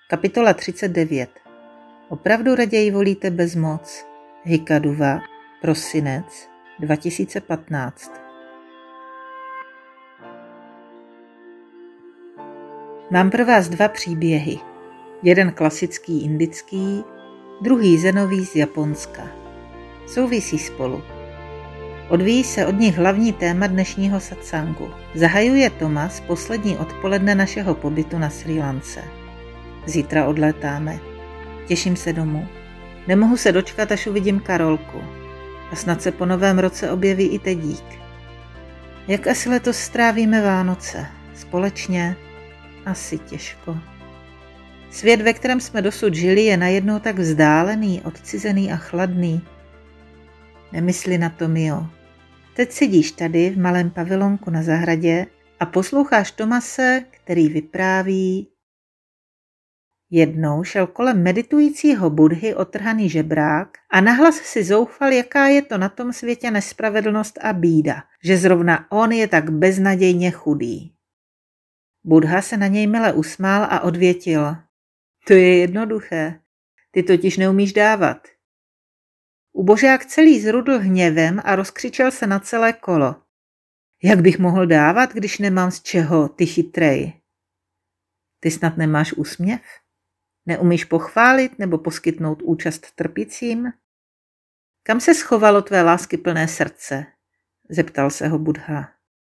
Kapitola 39. Opravdu raději volíte bezmoc? Hikaduva, prosinec 2015. Mám pro vás dva příběhy. Jeden klasický indický, druhý zenový z Japonska. Souvisí spolu. Odvíjí se od nich hlavní téma dnešního satsangu. Zahajuje Tomas poslední odpoledne našeho pobytu na Srí Lance. Zítra odlétáme. Těším se domů. Nemohu se dočkat, až uvidím Karolku. A snad se po novém roce objeví i Tedík. Jak asi letos strávíme Vánoce? Společně? Asi těžko. Svět, ve kterém jsme dosud žili, je najednou tak vzdálený, odcizený a chladný. Nemysli na to, Mio. Teď sedíš tady v malém pavilonku na zahradě a posloucháš Tomase, který vypráví. Jednou šel kolem meditujícího Budhy otrhaný žebrák a nahlas si zoufal, jaká je to na tom světě nespravedlnost a bída, že zrovna on je tak beznadějně chudý. Buddha se na něj mile usmál a odvětil. To je jednoduché, ty totiž neumíš dávat. Ubožák celý zrudl hněvem a rozkřičel se na celé kolo. Jak bych mohl dávat, když nemám z čeho, ty chytrej? Ty snad nemáš úsměv? Neumíš pochválit nebo poskytnout účast trpícím? Kam se schovalo tvé láskyplné srdce? Zeptal se ho Buddha.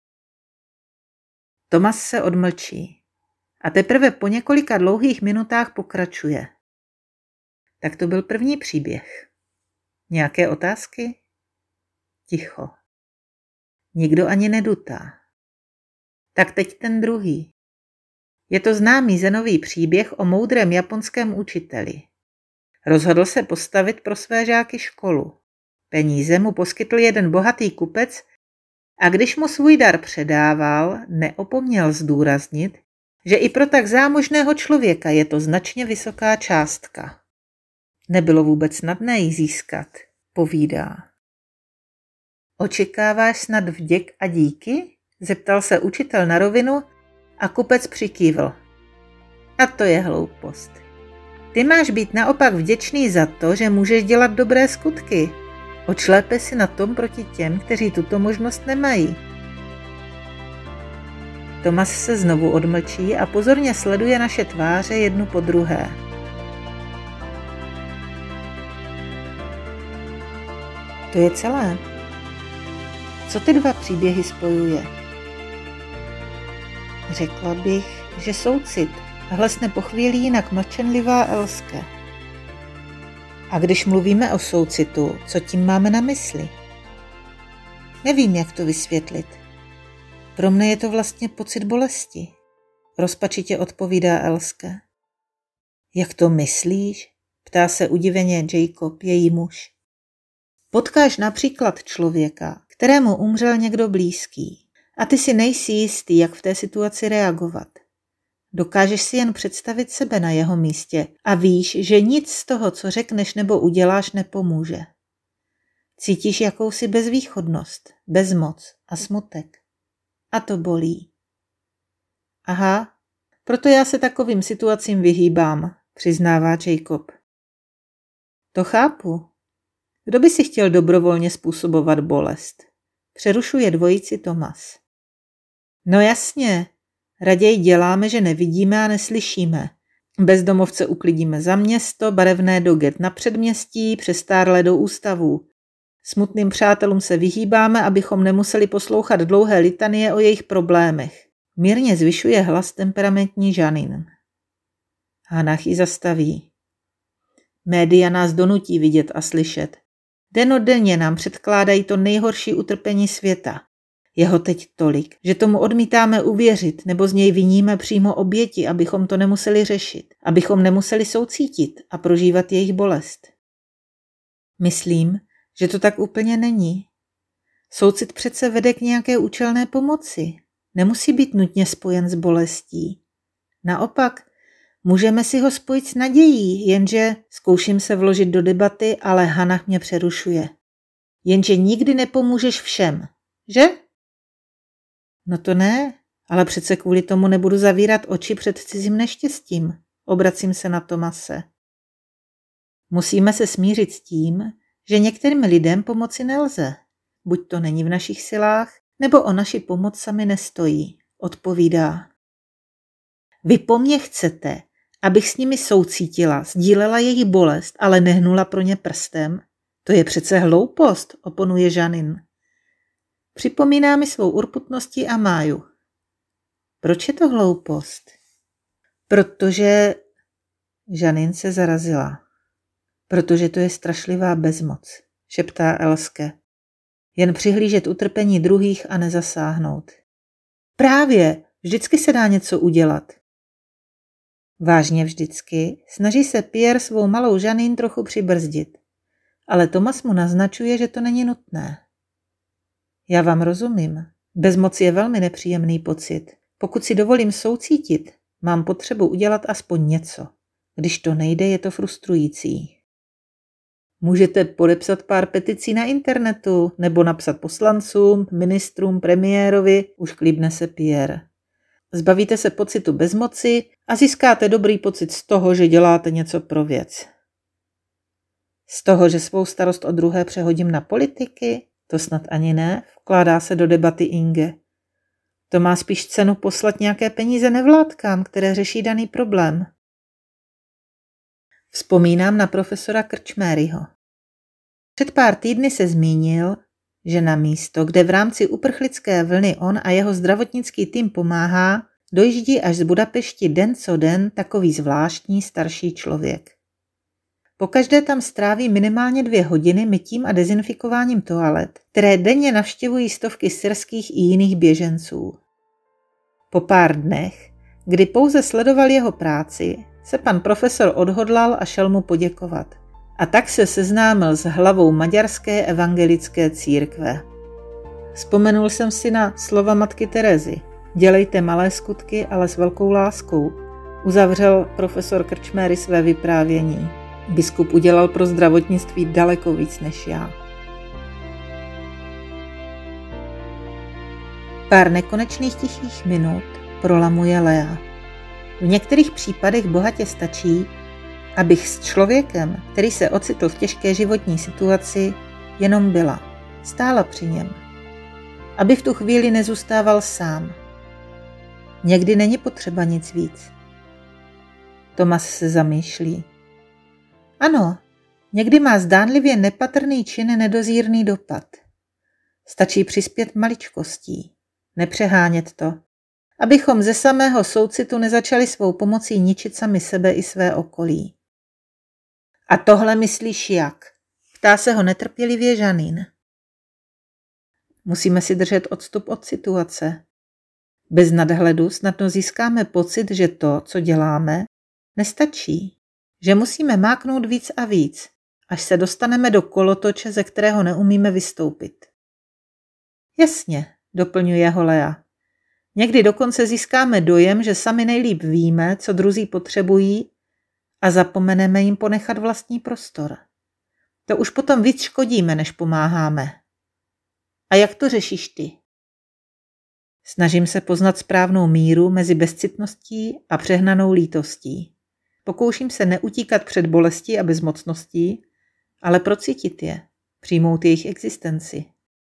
Tomas se odmlčí a teprve po několika dlouhých minutách pokračuje. Tak to byl první příběh. Nějaké otázky? Ticho. Nikdo ani nedutá. Tak teď ten druhý. Je to známý zenový příběh o moudrém japonském učiteli. Rozhodl se postavit pro své žáky školu. Peníze mu poskytl jeden bohatý kupec a když mu svůj dar předával, neopomněl zdůraznit, že i pro tak zámožného člověka je to značně vysoká částka. Nebylo vůbec snadné ji získat, povídá. Očekáváš snad vděk a díky? Zeptal se učitel na rovinu a kupec přikývl. A to je hloupost. Ty máš být naopak vděčný za to, že můžeš dělat dobré skutky. Očlépe si na tom proti těm, kteří tuto možnost nemají. Tomas se znovu odmlčí a pozorně sleduje naše tváře jednu po druhé. To je celé. Co ty dva příběhy spojuje? Řekla bych, že soucit, hlesne po chvíli jinak mlčenlivá Elske. A když mluvíme o soucitu, co tím máme na mysli? Nevím, jak to vysvětlit. Pro mne je to vlastně pocit bolesti. Rozpačitě odpovídá Elske. Jak to myslíš? Ptá se udiveně Jacob, její muž. Potkáš například člověka, kterému umřel někdo blízký a ty si nejsi jistý, jak v té situaci reagovat. Dokážeš si jen představit sebe na jeho místě a víš, že nic z toho, co řekneš nebo uděláš, nepomůže. Cítíš jakousi bezvýchodnost, bezmoc a smutek. A to bolí. Aha, proto já se takovým situacím vyhýbám, přiznává Jacob. To chápu. Kdo by si chtěl dobrovolně způsobovat bolest? Přerušuje dvojici Tomas. No jasně, raději děláme, že nevidíme a neslyšíme. Bezdomovce uklidíme za město, barevné do get na předměstí, přestárlé do ústavů. Smutným přátelům se vyhýbáme, abychom nemuseli poslouchat dlouhé litanie o jejich problémech. Mírně zvyšuje hlas temperamentní Žanin. Hanach ji zastaví. Média nás donutí vidět a slyšet. Dennodenně nám předkládají to nejhorší utrpení světa. Je ho teď tolik, že tomu odmítáme uvěřit nebo z něj viníme přímo oběti, abychom to nemuseli řešit, abychom nemuseli soucítit a prožívat jejich bolest. Myslím, že to tak úplně není. Soucit přece vede k nějaké účelné pomoci. Nemusí být nutně spojen s bolestí. Naopak, můžeme si ho spojit s nadějí, jenže zkouším se vložit do debaty, ale Hanach mě přerušuje. Jenže nikdy nepomůžeš všem, že? No to ne, ale přece kvůli tomu nebudu zavírat oči před cizím neštěstím, Obracím se na Tomase. Musíme se smířit s tím, že některým lidem pomoci nelze. Buď to není v našich silách, nebo o naši pomoc sami nestojí, odpovídá. Vy po mně chcete, abych s nimi soucítila, sdílela jejich bolest, ale nehnula pro ně prstem? To je přece hloupost, oponuje Janine. Připomíná mi svou urputností a máju. Proč je to hloupost? Protože... Janine se zarazila. Protože to je strašlivá bezmoc, šeptá Elske. Jen přihlížet utrpení druhých a nezasáhnout. Právě, vždycky se dá něco udělat. Vážně vždycky snaží se Pierre svou malou Janine trochu přibrzdit, ale Thomas mu naznačuje, že to není nutné. Já vám rozumím. Bezmoc je velmi nepříjemný pocit. Pokud si dovolím soucítit, mám potřebu udělat aspoň něco. Když to nejde, je to frustrující. Můžete podepsat pár peticí na internetu nebo napsat poslancům, ministrům, premiérovi, už klíbne se Pierre. Zbavíte se pocitu bezmoci a získáte dobrý pocit z toho, že děláte něco pro věc. Z toho, že svou starost o druhé přehodím na politiky? To snad ani ne, vkládá se do debaty Inge. To má spíš cenu poslat nějaké peníze nevládkám, které řeší daný problém. Vzpomínám na profesora Krčméryho. Před pár týdny se zmínil, že na místo, kde v rámci uprchlické vlny on a jeho zdravotnický tým pomáhá, dojíždí až z Budapešti den co den takový zvláštní starší člověk. Pokaždé tam stráví minimálně 2 hodiny mytím a dezinfikováním toalet, které denně navštěvují stovky syrských i jiných běženců. Po pár dnech, kdy pouze sledoval jeho práci, se pan profesor odhodlal a šel mu poděkovat. A tak se seznámil s hlavou maďarské evangelické církve. Vzpomenul jsem si na slova matky Terezy. Dělejte malé skutky, ale s velkou láskou. Uzavřel profesor Krčméry své vyprávění. Biskup udělal pro zdravotnictví daleko víc než já. Pár nekonečných tichých minut prolamuje Lea. V některých případech bohatě stačí, abych s člověkem, který se ocitl v těžké životní situaci, jenom byla, stála při něm. Aby v tu chvíli nezůstával sám. Někdy není potřeba nic víc. Thomas se zamýšlí. Ano, někdy má zdánlivě nepatrný či nedozírný dopad. Stačí přispět maličkostí, nepřehánět to, abychom ze samého soucitu nezačali svou pomocí ničit sami sebe i své okolí. A tohle myslíš jak? Ptá se ho netrpělivě Janine. Musíme si držet odstup od situace. Bez nadhledu snadno získáme pocit, že to, co děláme, nestačí. Že musíme máknout víc a víc, až se dostaneme do kolotoče, ze kterého neumíme vystoupit. Jasně, doplňuje ho Lea. Někdy dokonce získáme dojem, že sami nejlíp víme, co druzí potřebují a zapomeneme jim ponechat vlastní prostor. To už potom víc škodíme, než pomáháme. A jak to řešíš ty? Snažím se poznat správnou míru mezi bezcitností a přehnanou lítostí. Pokouším se neutíkat před bolestí a bezmocností, ale procítit je, přijmout jejich existenci.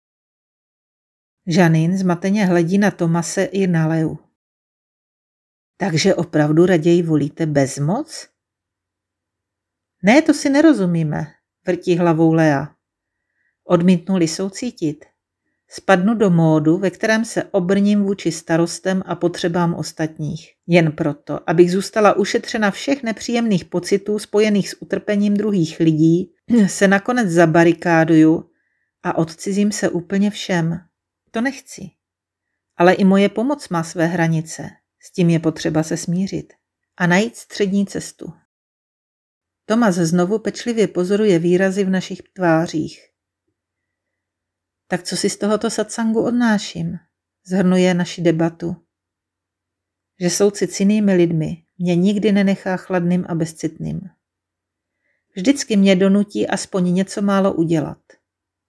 Janine zmateně hledí na Thomase i na Leu. Takže opravdu raději volíte bezmoc? Ne, to si nerozumíme, vrtí hlavou Lea. Odmítnuli soucítit. Spadnu do módu, ve kterém se obrním vůči starostem a potřebám ostatních. Jen proto, abych zůstala ušetřena všech nepříjemných pocitů spojených s utrpením druhých lidí, se nakonec zabarikáduju a odcizím se úplně všem. To nechci. Ale i moje pomoc má své hranice. S tím je potřeba se smířit a najít střední cestu. Thomas znovu pečlivě pozoruje výrazy v našich tvářích. Tak co si z tohoto satsangu odnáším? Zhrnuje naši debatu. Že soucit s jinými lidmi mě nikdy nenechá chladným a bezcitným. Vždycky mě donutí aspoň něco málo udělat.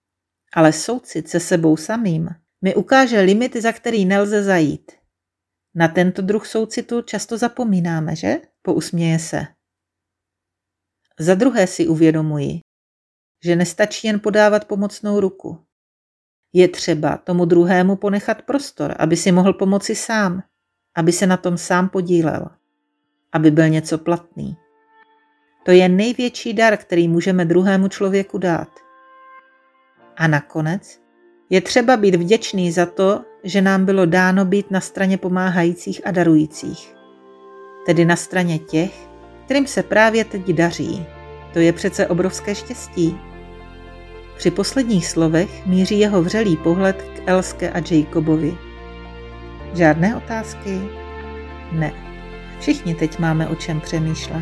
Ale soucit se sebou samým mi ukáže limity, za který nelze zajít. Na tento druh soucitu často zapomínáme, že? Pousměje se. Za druhé si uvědomuji, že nestačí jen podávat pomocnou ruku. Je třeba tomu druhému ponechat prostor, aby si mohl pomoci sám, aby se na tom sám podílel, aby byl něco platný. To je největší dar, který můžeme druhému člověku dát. A nakonec je třeba být vděčný za to, že nám bylo dáno být na straně pomáhajících a darujících. Tedy na straně těch, kterým se právě teď daří. To je přece obrovské štěstí. Při posledních slovech míří jeho vřelý pohled k Elske a Jacobovi. Žádné otázky? Ne. Všichni teď máme o čem přemýšlet.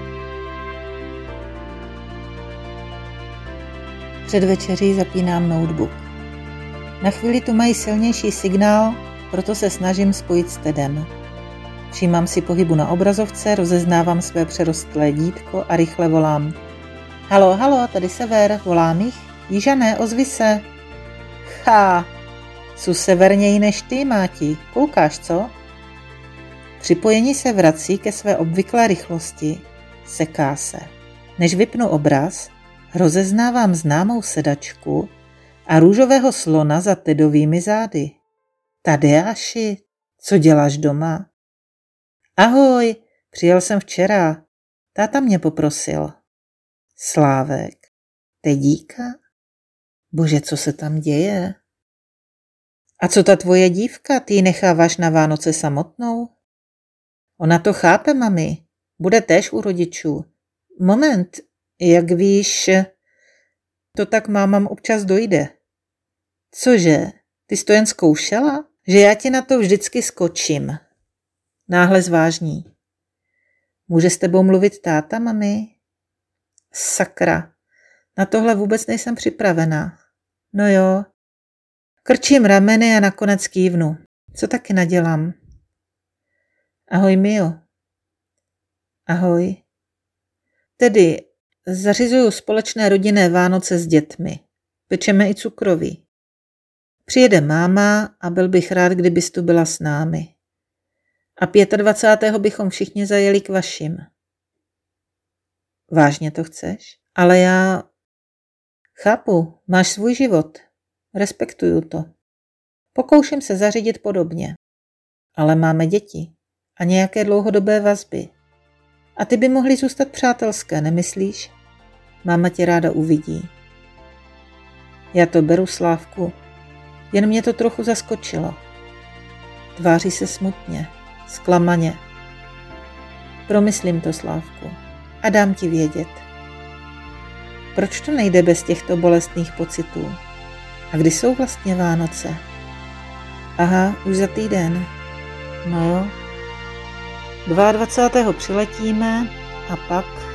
Před večeří zapínám notebook. Na chvíli tu mají silnější signál, proto se snažím spojit s Tedem. Všímám si pohybu na obrazovce, rozeznávám své přerostlé dítko a rychle volám. Halo, tady Sever, volám jich? Jižané, ozvi se. Jsou severněji než ty, Máti, koukáš, co? Připojení se vrací ke své obvyklé rychlosti, seká se. Než vypnu obraz, rozeznávám známou sedačku a růžového slona za Tedovými zády. Tadeáši, co děláš doma? Ahoj, přijel jsem včera. Táta mě poprosil. Slávek, Tedíka? Bože, co se tam děje? A co ta tvoje dívka, ty ji necháváš na Vánoce samotnou? Ona to chápe, mami. Bude též u rodičů. Moment, jak víš, to tak mámám občas dojde. Cože, ty jsi to jen zkoušela? Že já ti na to vždycky skočím. Náhle zvážní. Může s tebou mluvit táta, mami? Sakra, na tohle vůbec nejsem připravená. No jo. Krčím rameny a nakonec kývnu. Co taky nadělám? Ahoj, Mio. Ahoj. Tedy zařizuju společné rodinné Vánoce s dětmi. Pečeme i cukroví. Přijede máma a byl bych rád, kdybys tu byla s námi. A 25. bychom všichni zajeli k vašim. Vážně to chceš? Ale já... Chápu, máš svůj život. Respektuju to. Pokouším se zařídit podobně. Ale máme děti a nějaké dlouhodobé vazby. A ty by mohly zůstat přátelské, nemyslíš? Máma tě ráda uvidí. Já to beru, Slávku. Jen mě to trochu zaskočilo. Tváří se smutně, zklamaně. Promyslím to, Slávku, a dám ti vědět. Proč to nejde bez těchto bolestných pocitů? A kdy jsou vlastně Vánoce? Aha, už za týden. No jo. 22. přiletíme a pak...